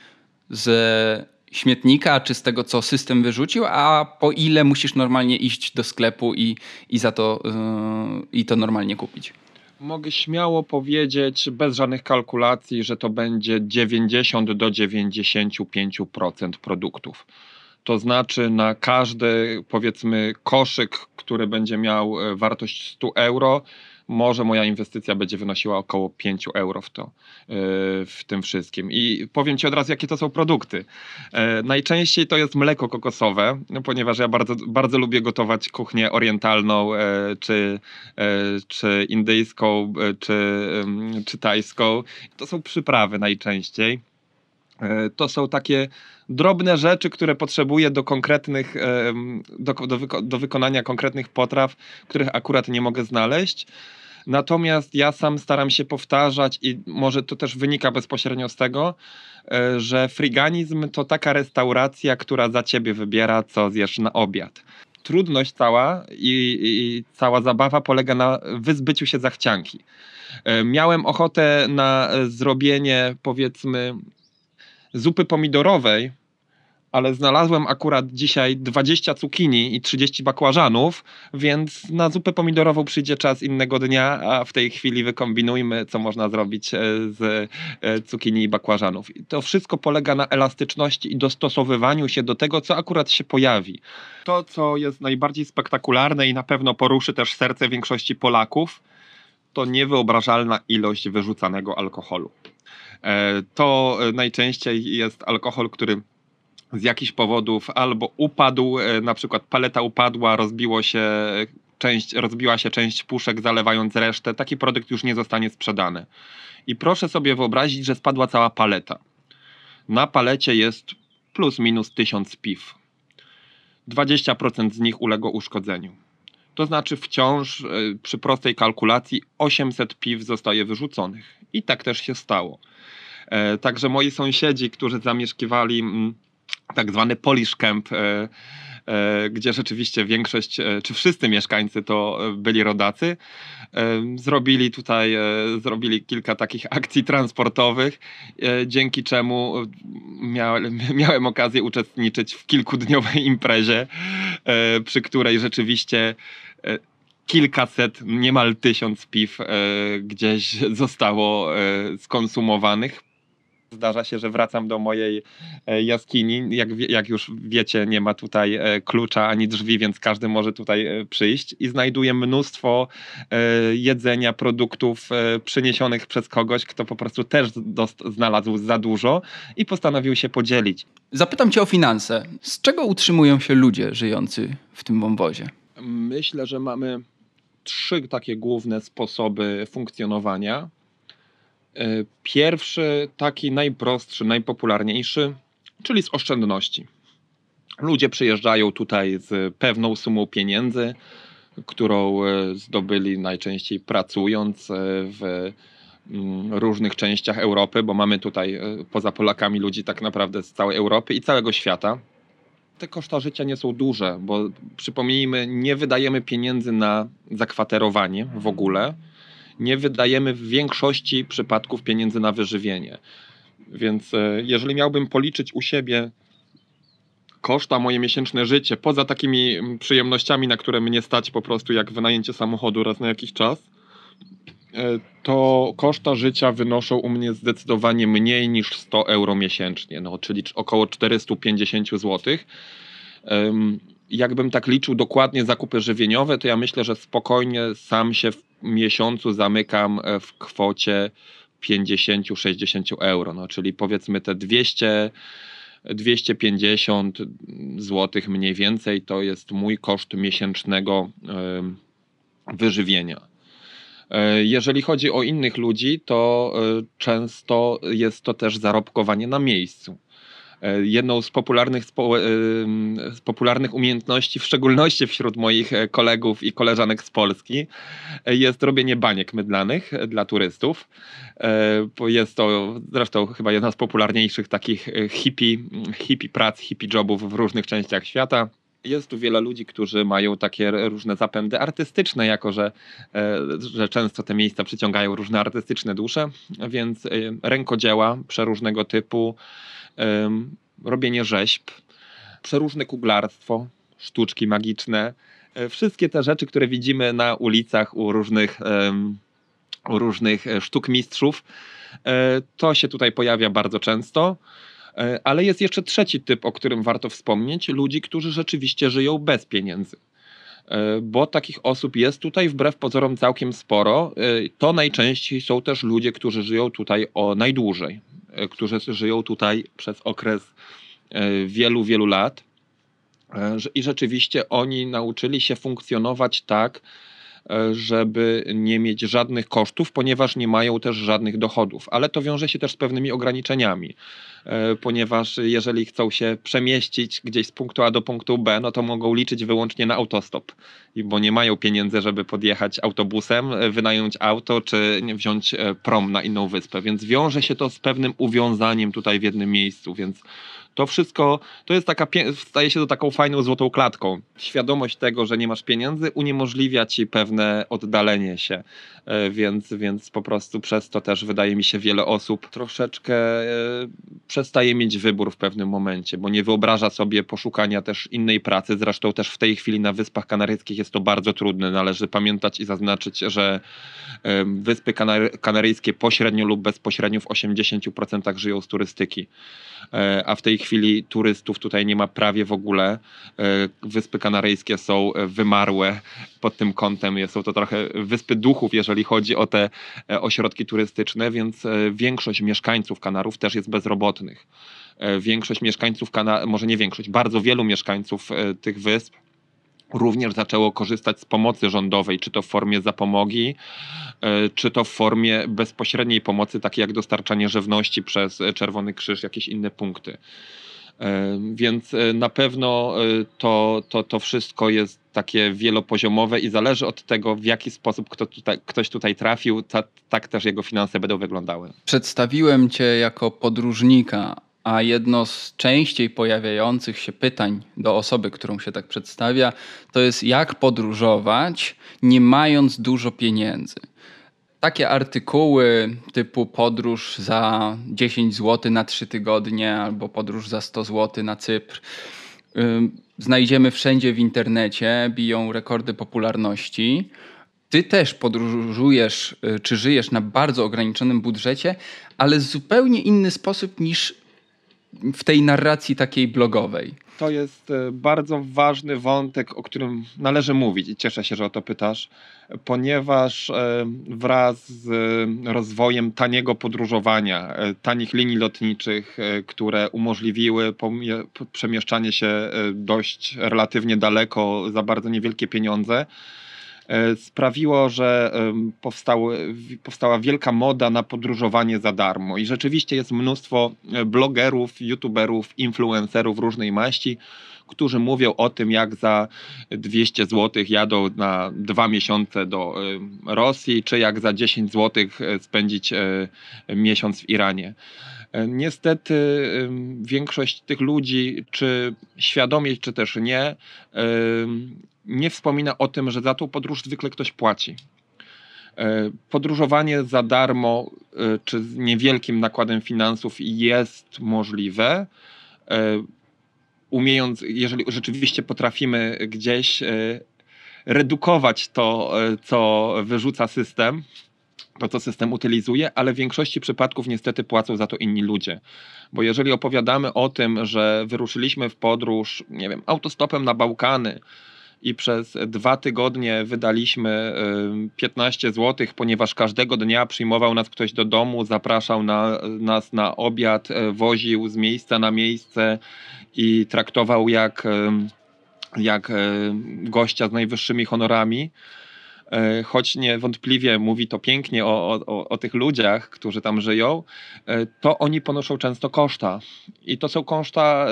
A: z śmietnika, czy z tego, co system wyrzucił, a po ile musisz normalnie iść do sklepu i, i za to, yy, i to normalnie kupić?
C: Mogę śmiało powiedzieć, bez żadnych kalkulacji, że to będzie dziewięćdziesiąt do dziewięćdziesięciu pięciu procent produktów. To znaczy na każdy, powiedzmy, koszyk, który będzie miał wartość sto euro, może moja inwestycja będzie wynosiła około pięć euro w to, w tym wszystkim. I powiem ci od razu, jakie to są produkty. Najczęściej to jest mleko kokosowe, no, ponieważ ja bardzo, bardzo lubię gotować kuchnię orientalną, czy, czy indyjską, czy, czy tajską. To są przyprawy najczęściej. To są takie drobne rzeczy, które potrzebuję do konkretnych, do, do, wyko- do wykonania konkretnych potraw, których akurat nie mogę znaleźć. Natomiast ja sam staram się powtarzać i może to też wynika bezpośrednio z tego, że friganizm to taka restauracja, która za ciebie wybiera, co zjesz na obiad. Trudność cała i, i cała zabawa polega na wyzbyciu się zachcianki. Miałem ochotę na zrobienie, powiedzmy, zupy pomidorowej, ale znalazłem akurat dzisiaj dwadzieścia cukinii i trzydzieści bakłażanów, więc na zupę pomidorową przyjdzie czas innego dnia, a w tej chwili wykombinujmy, co można zrobić z cukinii i bakłażanów. I to wszystko polega na elastyczności i dostosowywaniu się do tego, co akurat się pojawi. To, co jest najbardziej spektakularne i na pewno poruszy też serce większości Polaków, to niewyobrażalna ilość wyrzucanego alkoholu. To najczęściej jest alkohol, który z jakichś powodów albo upadł, na przykład paleta upadła, rozbiło się część, rozbiła się część puszek, zalewając resztę. Taki produkt już nie zostanie sprzedany. I proszę sobie wyobrazić, że spadła cała paleta. Na palecie jest plus minus tysiąc piw. dwadzieścia procent z nich uległo uszkodzeniu. To znaczy wciąż przy prostej kalkulacji osiemset piw zostaje wyrzuconych. I tak też się stało. Także moi sąsiedzi, którzy zamieszkiwali tak zwany Polish Camp, gdzie rzeczywiście większość, czy wszyscy mieszkańcy to byli rodacy, zrobili tutaj zrobili kilka takich akcji transportowych, dzięki czemu miałem, miałem okazję uczestniczyć w kilkudniowej imprezie, przy której rzeczywiście kilkaset, niemal tysiąc piw gdzieś zostało skonsumowanych. Zdarza się, że wracam do mojej jaskini. Jak, jak już wiecie, nie ma tutaj klucza ani drzwi, więc każdy może tutaj przyjść i znajduję mnóstwo jedzenia, produktów przyniesionych przez kogoś, kto po prostu też dost, znalazł za dużo i postanowił się podzielić.
A: Zapytam cię o finanse. Z czego utrzymują się ludzie żyjący w tym wąwozie?
C: Myślę, że mamy trzy takie główne sposoby funkcjonowania. Pierwszy, taki najprostszy, najpopularniejszy, czyli z oszczędności. Ludzie przyjeżdżają tutaj z pewną sumą pieniędzy, którą zdobyli najczęściej pracując w różnych częściach Europy, bo mamy tutaj poza Polakami ludzi tak naprawdę z całej Europy i całego świata. Te koszta życia nie są duże, bo przypomnijmy, nie wydajemy pieniędzy na zakwaterowanie w ogóle. Nie wydajemy w większości przypadków pieniędzy na wyżywienie. Więc jeżeli miałbym policzyć u siebie koszta moje miesięczne życie, poza takimi przyjemnościami, na które mnie stać po prostu jak wynajęcie samochodu raz na jakiś czas, to koszta życia wynoszą u mnie zdecydowanie mniej niż sto euro miesięcznie, no, czyli około czterysta pięćdziesiąt złotych. Jakbym tak liczył dokładnie zakupy żywieniowe, to ja myślę, że spokojnie sam się w miesiącu zamykam w kwocie pięćdziesiąt do sześćdziesięciu euro, no, czyli powiedzmy te dwieście do dwustu pięćdziesięciu złotych mniej więcej to jest mój koszt miesięcznego wyżywienia. Jeżeli chodzi o innych ludzi, to często jest to też zarobkowanie na miejscu. Jedną z popularnych, z popularnych umiejętności, w szczególności wśród moich kolegów i koleżanek z Polski, jest robienie baniek mydlanych dla turystów. Jest to zresztą chyba jedna z popularniejszych takich hippie, hippie prac, hippie jobów w różnych częściach świata. Jest tu wiele ludzi, którzy mają takie różne zapędy artystyczne, jako że, że często te miejsca przyciągają różne artystyczne dusze, więc rękodzieła przeróżnego typu, robienie rzeźb, przeróżne kuglarstwo, sztuczki magiczne, wszystkie te rzeczy, które widzimy na ulicach u różnych, u różnych sztukmistrzów, to się tutaj pojawia bardzo często. Ale jest jeszcze trzeci typ, o którym warto wspomnieć, ludzi, którzy rzeczywiście żyją bez pieniędzy. Bo takich osób jest tutaj wbrew pozorom całkiem sporo. To najczęściej są też ludzie, którzy żyją tutaj o najdłużej, którzy żyją tutaj przez okres wielu, wielu lat. I rzeczywiście oni nauczyli się funkcjonować tak, żeby nie mieć żadnych kosztów, ponieważ nie mają też żadnych dochodów. Ale to wiąże się też z pewnymi ograniczeniami, ponieważ jeżeli chcą się przemieścić gdzieś z punktu A do punktu B, no to mogą liczyć wyłącznie na autostop, bo nie mają pieniędzy, żeby podjechać autobusem, wynająć auto czy wziąć prom na inną wyspę, więc wiąże się to z pewnym uwiązaniem tutaj w jednym miejscu, więc To wszystko, to jest taka, staje się to taką fajną złotą klatką. Świadomość tego, że nie masz pieniędzy, uniemożliwia ci pewne oddalenie się, więc, więc po prostu przez to też wydaje mi się wiele osób troszeczkę przestaje mieć wybór w pewnym momencie, bo nie wyobraża sobie poszukania też innej pracy. Zresztą też w tej chwili na Wyspach Kanaryjskich jest to bardzo trudne. Należy pamiętać i zaznaczyć, że Wyspy Kanary- Kanaryjskie pośrednio lub bezpośrednio w osiemdziesięciu procentach żyją z turystyki. A w tej chwili turystów tutaj nie ma prawie w ogóle. Wyspy Kanaryjskie są wymarłe pod tym kątem. Są to trochę wyspy duchów, jeżeli chodzi o te ośrodki turystyczne, więc większość mieszkańców Kanarów też jest bezrobotnych. Większość mieszkańców, Kana- może nie większość, bardzo wielu mieszkańców tych wysp również zaczęło korzystać z pomocy rządowej, czy to w formie zapomogi, czy to w formie bezpośredniej pomocy, takiej jak dostarczanie żywności przez Czerwony Krzyż, jakieś inne punkty. Więc na pewno to, to, to wszystko jest takie wielopoziomowe i zależy od tego, w jaki sposób kto tutaj, ktoś tutaj trafił, ta, tak też jego finanse będą wyglądały.
A: Przedstawiłem cię jako podróżnika, a jedno z częściej pojawiających się pytań do osoby, którą się tak przedstawia, to jest jak podróżować, nie mając dużo pieniędzy. Takie artykuły typu podróż za dziesięć złotych na trzy tygodnie albo podróż za sto złotych na Cypr yy, znajdziemy wszędzie w internecie, biją rekordy popularności. Ty też podróżujesz yy, czy żyjesz na bardzo ograniczonym budżecie, ale w zupełnie inny sposób niż w tej narracji takiej blogowej.
C: To jest bardzo ważny wątek, o którym należy mówić i cieszę się, że o to pytasz, ponieważ wraz z rozwojem taniego podróżowania, tanich linii lotniczych, które umożliwiły przemieszczanie się dość relatywnie daleko za bardzo niewielkie pieniądze, sprawiło, że powstały, powstała wielka moda na podróżowanie za darmo. I rzeczywiście jest mnóstwo blogerów, youtuberów, influencerów różnej maści, którzy mówią o tym, jak za dwieście złotych jadą na dwa miesiące do Rosji, czy jak za dziesięć złotych spędzić miesiąc w Iranie. Niestety większość tych ludzi, czy świadomie, czy też nie, nie wspomina o tym, że za tą podróż zwykle ktoś płaci. Podróżowanie za darmo, czy z niewielkim nakładem finansów jest możliwe. Umiejąc, jeżeli rzeczywiście potrafimy gdzieś redukować to, co wyrzuca system, to, co system utylizuje, ale w większości przypadków niestety płacą za to inni ludzie. Bo jeżeli opowiadamy o tym, że wyruszyliśmy w podróż, nie wiem, autostopem na Bałkany i przez dwa tygodnie wydaliśmy piętnaście złotych, ponieważ każdego dnia przyjmował nas ktoś do domu, zapraszał na, nas na obiad, woził z miejsca na miejsce i traktował jak, jak gościa z najwyższymi honorami, choć niewątpliwie mówi to pięknie o, o, o tych ludziach, którzy tam żyją, to oni ponoszą często koszta. I to są koszta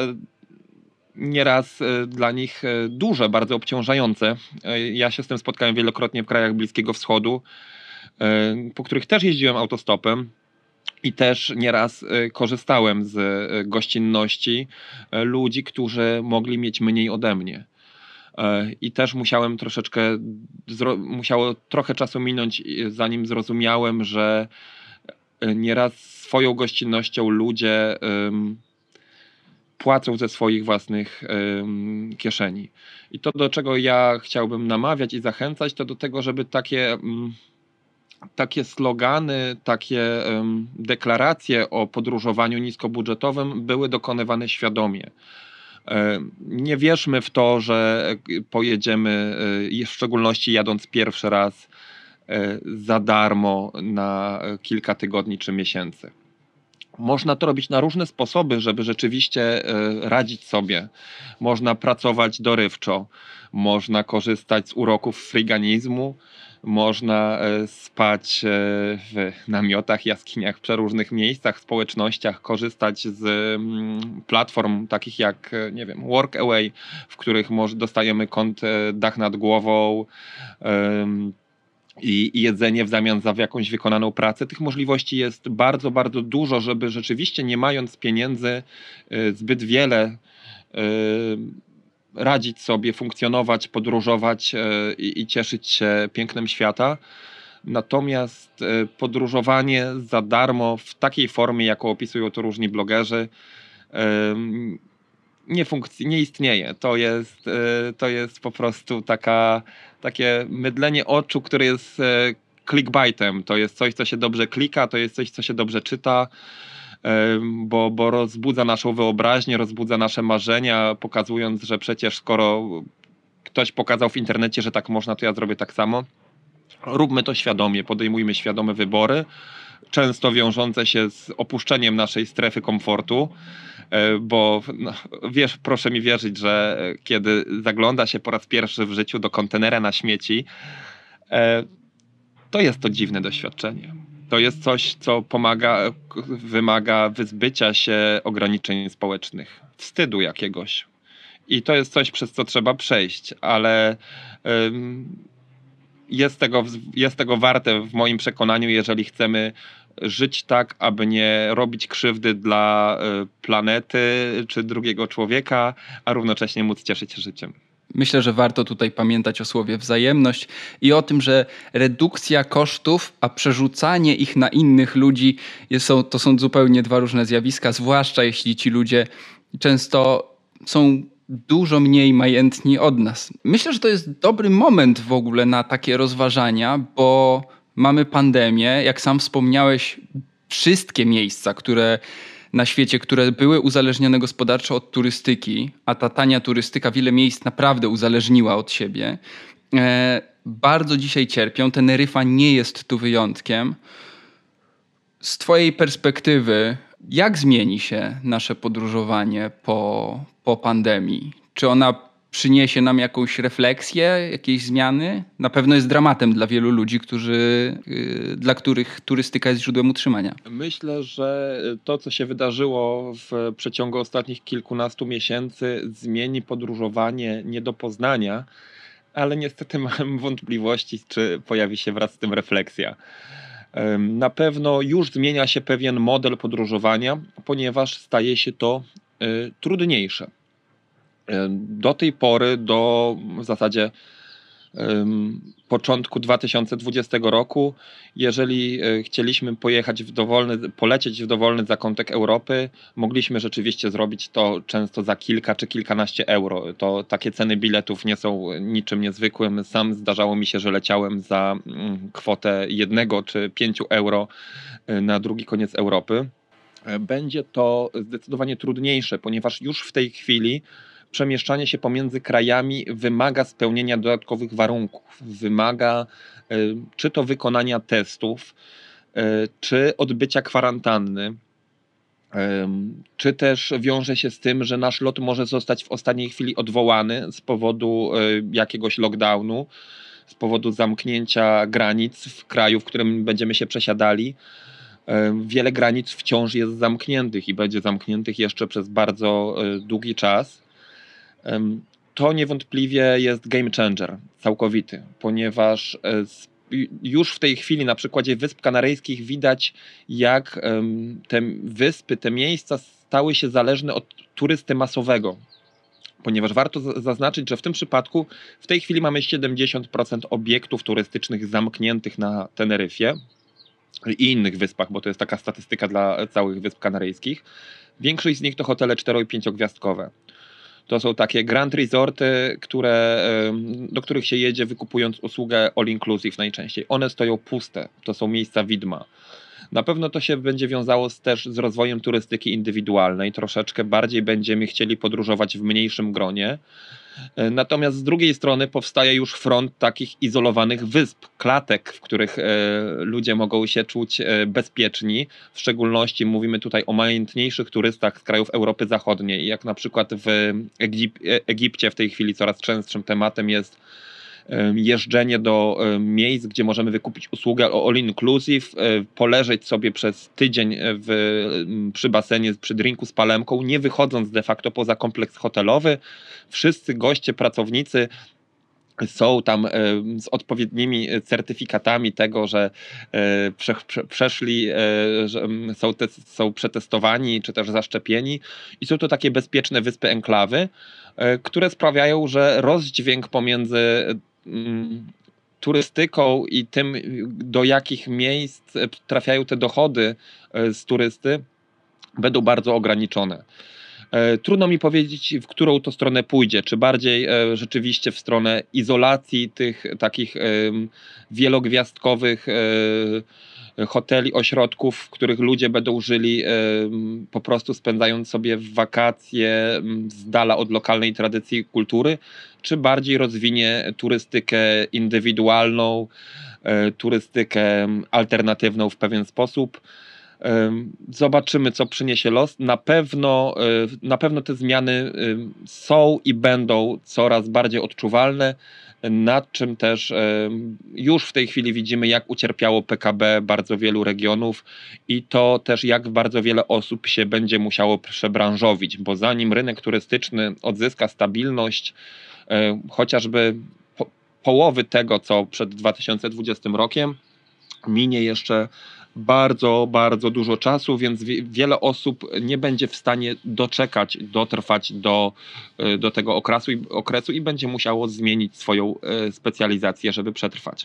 C: nieraz dla nich duże, bardzo obciążające. Ja się z tym spotkałem wielokrotnie w krajach Bliskiego Wschodu, po których też jeździłem autostopem i też nieraz korzystałem z gościnności ludzi, którzy mogli mieć mniej ode mnie. I też musiałem troszeczkę, musiało trochę czasu minąć, zanim zrozumiałem, że nieraz swoją gościnnością ludzie um, płacą ze swoich własnych um, kieszeni. I to, do czego ja chciałbym namawiać i zachęcać, to do tego, żeby takie, um, takie slogany, takie um, deklaracje o podróżowaniu niskobudżetowym były dokonywane świadomie. Nie wierzmy w to, że pojedziemy, w szczególności jadąc pierwszy raz, za darmo na kilka tygodni czy miesięcy. Można to robić na różne sposoby, żeby rzeczywiście radzić sobie. Można pracować dorywczo, można korzystać z uroków friganizmu, można spać w namiotach, jaskiniach, w przeróżnych miejscach, społecznościach, korzystać z platform takich jak, nie wiem, Workaway, w których dostajemy kąt, dach nad głową i, i jedzenie w zamian za jakąś wykonaną pracę. Tych możliwości jest bardzo, bardzo dużo, żeby rzeczywiście nie mając pieniędzy y, zbyt wiele y, radzić sobie, funkcjonować, podróżować y, i cieszyć się pięknem świata. Natomiast y, podróżowanie za darmo w takiej formie, jaką opisują to różni blogerzy, y, nie, funkc- nie istnieje. To jest, y, to jest po prostu taka, takie mydlenie oczu, które jest y, clickbaitem. To jest coś, co się dobrze klika, to jest coś, co się dobrze czyta, y, bo, bo rozbudza naszą wyobraźnię, rozbudza nasze marzenia, pokazując, że przecież skoro ktoś pokazał w internecie, że tak można, to ja zrobię tak samo. Róbmy to świadomie, podejmujmy świadome wybory, często wiążące się z opuszczeniem naszej strefy komfortu, bo no, wiesz, proszę mi wierzyć, że kiedy zagląda się po raz pierwszy w życiu do kontenera na śmieci, to jest to dziwne doświadczenie. To jest coś, co pomaga, wymaga wyzbycia się ograniczeń społecznych, wstydu jakiegoś. I to jest coś, przez co trzeba przejść, ale ym, jest tego, jest tego warte w moim przekonaniu, jeżeli chcemy żyć tak, aby nie robić krzywdy dla planety czy drugiego człowieka, a równocześnie móc cieszyć się życiem.
A: Myślę, że warto tutaj pamiętać o słowie wzajemność i o tym, że redukcja kosztów, a przerzucanie ich na innych ludzi jest, są, to są zupełnie dwa różne zjawiska, zwłaszcza jeśli ci ludzie często są dużo mniej majętni od nas. Myślę, że to jest dobry moment w ogóle na takie rozważania, bo mamy pandemię, jak sam wspomniałeś, wszystkie miejsca, które na świecie, które były uzależnione gospodarczo od turystyki, a ta tania turystyka wiele miejsc naprawdę uzależniła od siebie, e, bardzo dzisiaj cierpią. Teneryfa nie jest tu wyjątkiem. Z twojej perspektywy, jak zmieni się nasze podróżowanie po, po pandemii? Czy ona przyniesie nam jakąś refleksję, jakieś zmiany? Na pewno jest dramatem dla wielu ludzi, którzy, yy, dla których turystyka jest źródłem utrzymania.
C: Myślę, że to, co się wydarzyło w przeciągu ostatnich kilkunastu miesięcy, zmieni podróżowanie nie do poznania, ale niestety mam wątpliwości, czy pojawi się wraz z tym refleksja. Na pewno już zmienia się pewien model podróżowania, ponieważ staje się to y, trudniejsze. Do tej pory, do w zasadzie um, początku dwa tysiące dwudziestego roku, jeżeli chcieliśmy pojechać w dowolny, polecieć w dowolny zakątek Europy, mogliśmy rzeczywiście zrobić to często za kilka czy kilkanaście euro. To takie ceny biletów nie są niczym niezwykłym. Sam zdarzało mi się, że leciałem za kwotę jednego czy pięciu euro na drugi koniec Europy. Będzie to zdecydowanie trudniejsze, ponieważ już w tej chwili przemieszczanie się pomiędzy krajami wymaga spełnienia dodatkowych warunków, wymaga y, czy to wykonania testów, y, czy odbycia kwarantanny, y, czy też wiąże się z tym, że nasz lot może zostać w ostatniej chwili odwołany z powodu y, jakiegoś lockdownu, z powodu zamknięcia granic w kraju, w którym będziemy się przesiadali. Y, wiele granic wciąż jest zamkniętych i będzie zamkniętych jeszcze przez bardzo y, długi czas. To niewątpliwie jest game changer całkowity, ponieważ już w tej chwili na przykładzie Wysp Kanaryjskich widać, jak te wyspy, te miejsca stały się zależne od turysty masowego. Ponieważ warto zaznaczyć, że w tym przypadku w tej chwili mamy siedemdziesiąt procent obiektów turystycznych zamkniętych na Teneryfie i innych wyspach, bo to jest taka statystyka dla całych Wysp Kanaryjskich. Większość z nich to hotele cztero- i pięciogwiazdkowe. To są takie grand resorty, które, do których się jedzie wykupując usługę all inclusive najczęściej. One stoją puste, to są miejsca widma. Na pewno to się będzie wiązało z, też z rozwojem turystyki indywidualnej. Troszeczkę bardziej będziemy chcieli podróżować w mniejszym gronie. Natomiast z drugiej strony powstaje już front takich izolowanych wysp, klatek, w których e, ludzie mogą się czuć e, bezpieczni. W szczególności mówimy tutaj o majętniejszych turystach z krajów Europy Zachodniej. Jak na przykład w Egip- Egipcie w tej chwili coraz częstszym tematem jest e, jeżdżenie do e, miejsc, gdzie możemy wykupić usługę all inclusive, e, poleżeć sobie przez tydzień w, przy basenie, przy drinku z palemką, nie wychodząc de facto poza kompleks hotelowy. Wszyscy goście, pracownicy są tam z odpowiednimi certyfikatami tego, że prze, prze, przeszli, że są, te, są przetestowani czy też zaszczepieni i są to takie bezpieczne wyspy enklawy, które sprawiają, że rozdźwięk pomiędzy turystyką i tym, do jakich miejsc trafiają te dochody z turysty, będą bardzo ograniczone. Trudno mi powiedzieć, w którą to stronę pójdzie, czy bardziej rzeczywiście w stronę izolacji tych takich wielogwiazdkowych hoteli, ośrodków, w których ludzie będą żyli po prostu spędzając sobie wakacje z dala od lokalnej tradycji i kultury, czy bardziej rozwinie turystykę indywidualną, turystykę alternatywną w pewien sposób. Zobaczymy, co przyniesie los. Na pewno, na pewno te zmiany są i będą coraz bardziej odczuwalne, nad czym też już w tej chwili widzimy, jak ucierpiało P K B bardzo wielu regionów i to też, jak bardzo wiele osób się będzie musiało przebranżowić, bo zanim rynek turystyczny odzyska stabilność, chociażby po, połowy tego, co przed dwa tysiące dwudziestym rokiem, minie jeszcze bardzo, bardzo dużo czasu, więc wiele osób nie będzie w stanie doczekać, dotrwać do, do tego okresu, okresu i będzie musiało zmienić swoją specjalizację, żeby przetrwać.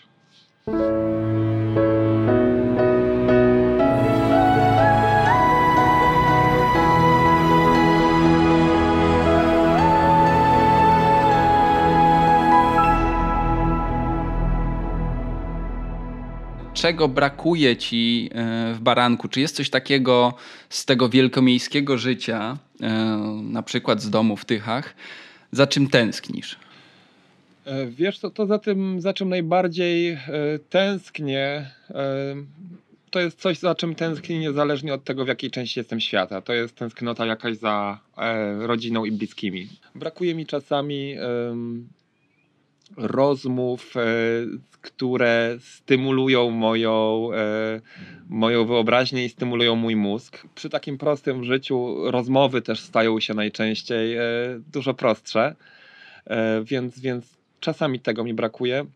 A: Czego brakuje ci w Baranku? Czy jest coś takiego z tego wielkomiejskiego życia, na przykład z domu w Tychach, za czym tęsknisz?
C: Wiesz co, to za tym, za czym najbardziej tęsknię, to jest coś, za czym tęsknię niezależnie od tego, w jakiej części jestem świata. To jest tęsknota jakaś za rodziną i bliskimi. Brakuje mi czasami rozmów, które stymulują moją, moją wyobraźnię i stymulują mój mózg. Przy takim prostym życiu rozmowy też stają się najczęściej dużo prostsze, więc, więc czasami tego mi brakuje.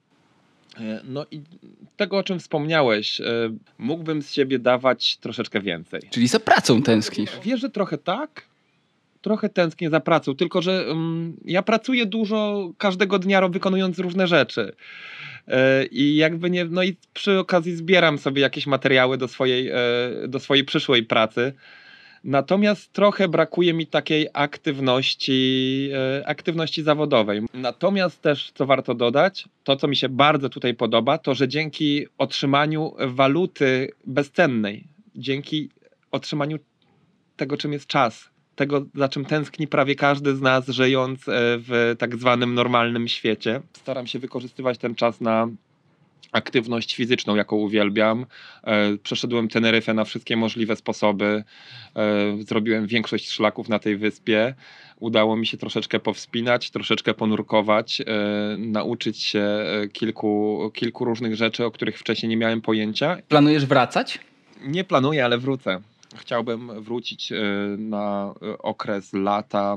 C: No i tego, o czym wspomniałeś, mógłbym z siebie dawać troszeczkę więcej.
A: Czyli za pracą tęsknisz?
C: Wiesz, że trochę tak. Trochę tęsknię za pracą, tylko że um, ja pracuję dużo każdego dnia, wykonując różne rzeczy. Yy, I jakby nie, no i przy okazji zbieram sobie jakieś materiały do swojej, yy, do swojej przyszłej pracy. Natomiast trochę brakuje mi takiej aktywności, yy, aktywności zawodowej. Natomiast też, co warto dodać, to co mi się bardzo tutaj podoba, to że dzięki otrzymaniu waluty bezcennej, dzięki otrzymaniu tego, czym jest czas, tego, za czym tęskni prawie każdy z nas, żyjąc w tak zwanym normalnym świecie. Staram się wykorzystywać ten czas na aktywność fizyczną, jaką uwielbiam. Przeszedłem Teneryfę na wszystkie możliwe sposoby. Zrobiłem większość szlaków na tej wyspie. Udało mi się troszeczkę powspinać, troszeczkę ponurkować, nauczyć się kilku, kilku różnych rzeczy, o których wcześniej nie miałem pojęcia.
A: Planujesz wracać?
C: Nie planuję, ale wrócę. Chciałbym wrócić na okres lata,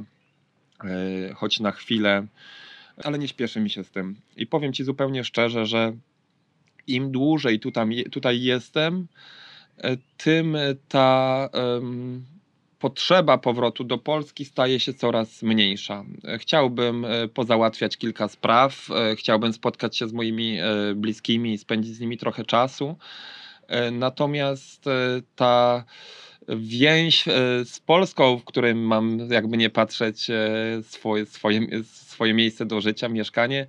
C: choć na chwilę, ale nie śpieszy mi się z tym. I powiem ci zupełnie szczerze, że im dłużej tutaj, tutaj jestem, tym ta um, potrzeba powrotu do Polski staje się coraz mniejsza. Chciałbym pozałatwiać kilka spraw, chciałbym spotkać się z moimi bliskimi i spędzić z nimi trochę czasu. Natomiast ta więź z Polską, w którym mam, jakby nie patrzeć, swoje, swoje, swoje miejsce do życia, mieszkanie,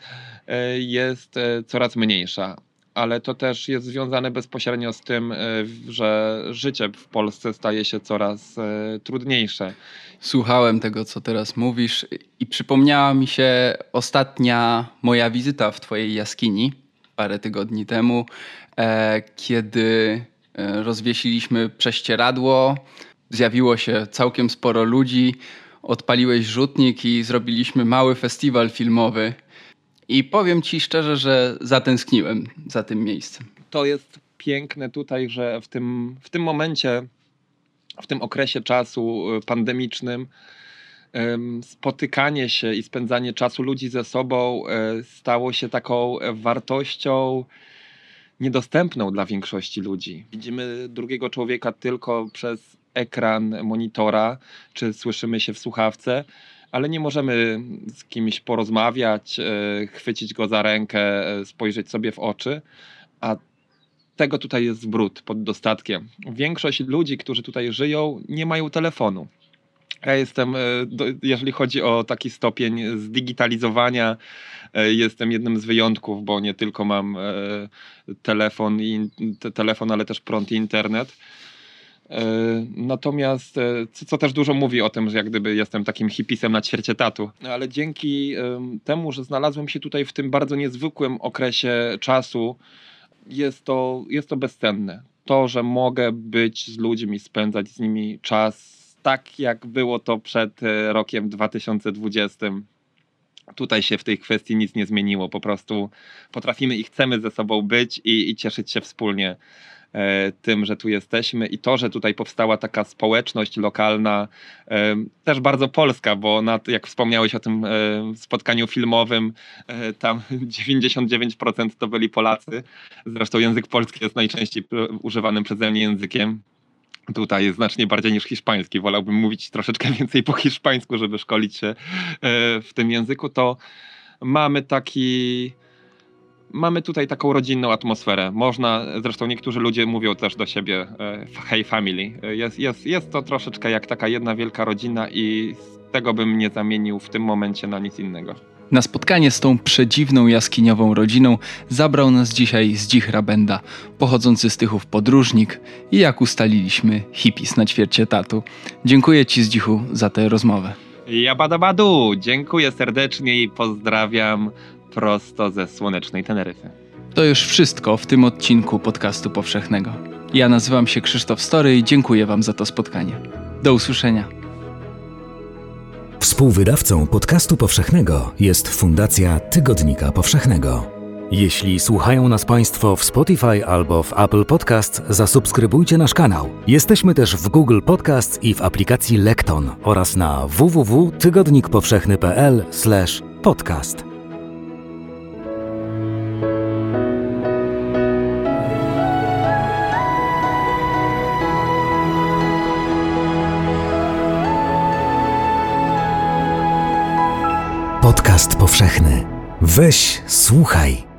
C: jest coraz mniejsza. Ale to też jest związane bezpośrednio z tym, że życie w Polsce staje się coraz trudniejsze.
A: Słuchałem tego, co teraz mówisz i przypomniała mi się ostatnia moja wizyta w twojej jaskini parę tygodni temu, kiedy rozwiesiliśmy prześcieradło, zjawiło się całkiem sporo ludzi, odpaliłeś rzutnik i zrobiliśmy mały festiwal filmowy. I powiem ci szczerze, że zatęskniłem za tym miejscem.
C: To jest piękne tutaj, że w tym, w tym momencie, w tym okresie czasu pandemicznym spotykanie się i spędzanie czasu ludzi ze sobą stało się taką wartością niedostępną dla większości ludzi. Widzimy drugiego człowieka tylko przez ekran monitora, czy słyszymy się w słuchawce, ale nie możemy z kimś porozmawiać, chwycić go za rękę, spojrzeć sobie w oczy, a tego tutaj jest brud pod dostatkiem. Większość ludzi, którzy tutaj żyją, nie mają telefonu. Ja jestem, jeżeli chodzi o taki stopień zdigitalizowania, jestem jednym z wyjątków, bo nie tylko mam telefon, i, telefon ale też prąd i internet. Natomiast, co, co też dużo mówi o tym, że jak gdyby jestem takim hipisem na ćwierć etatu. Ale dzięki temu, że znalazłem się tutaj w tym bardzo niezwykłym okresie czasu, jest to, jest to bezcenne. To, że mogę być z ludźmi, spędzać z nimi czas tak, jak było to przed rokiem dwa tysiące dwudziestym. Tutaj się w tej kwestii nic nie zmieniło. Po prostu potrafimy i chcemy ze sobą być i, i cieszyć się wspólnie e, tym, że tu jesteśmy. I to, że tutaj powstała taka społeczność lokalna, e, też bardzo polska, bo na, jak wspomniałeś o tym e, spotkaniu filmowym, e, tam dziewięćdziesiąt dziewięć procent to byli Polacy. Zresztą język polski jest najczęściej używanym przeze mnie językiem. Tutaj jest znacznie bardziej niż hiszpański. Wolałbym mówić troszeczkę więcej po hiszpańsku, żeby szkolić się w tym języku. To mamy taki... Mamy tutaj taką rodzinną atmosferę. Można, zresztą niektórzy ludzie mówią też do siebie hey family. Jest, jest, jest to troszeczkę jak taka jedna wielka rodzina i tego bym nie zamienił w tym momencie na nic innego.
A: Na spotkanie z tą przedziwną jaskiniową rodziną zabrał nas dzisiaj Zdzich Rabenda, pochodzący z Tychów podróżnik i jak ustaliliśmy hipis na ćwierć etatu. Dziękuję Ci, Zdzichu, za tę rozmowę.
C: Jabadabadu, dziękuję serdecznie i pozdrawiam prosto ze słonecznej Teneryfy.
A: To już wszystko w tym odcinku Podcastu Powszechnego. Ja nazywam się Krzysztof Story i dziękuję Wam za to spotkanie. Do usłyszenia.
B: Współwydawcą Podcastu Powszechnego jest Fundacja Tygodnika Powszechnego. Jeśli słuchają nas Państwo w Spotify albo w Apple Podcast, zasubskrybujcie nasz kanał. Jesteśmy też w Google Podcast i w aplikacji Lekton oraz na w w w kropka tygodnik powszechny kropka p l slash podcast. Podcast powszechny. Weź, słuchaj.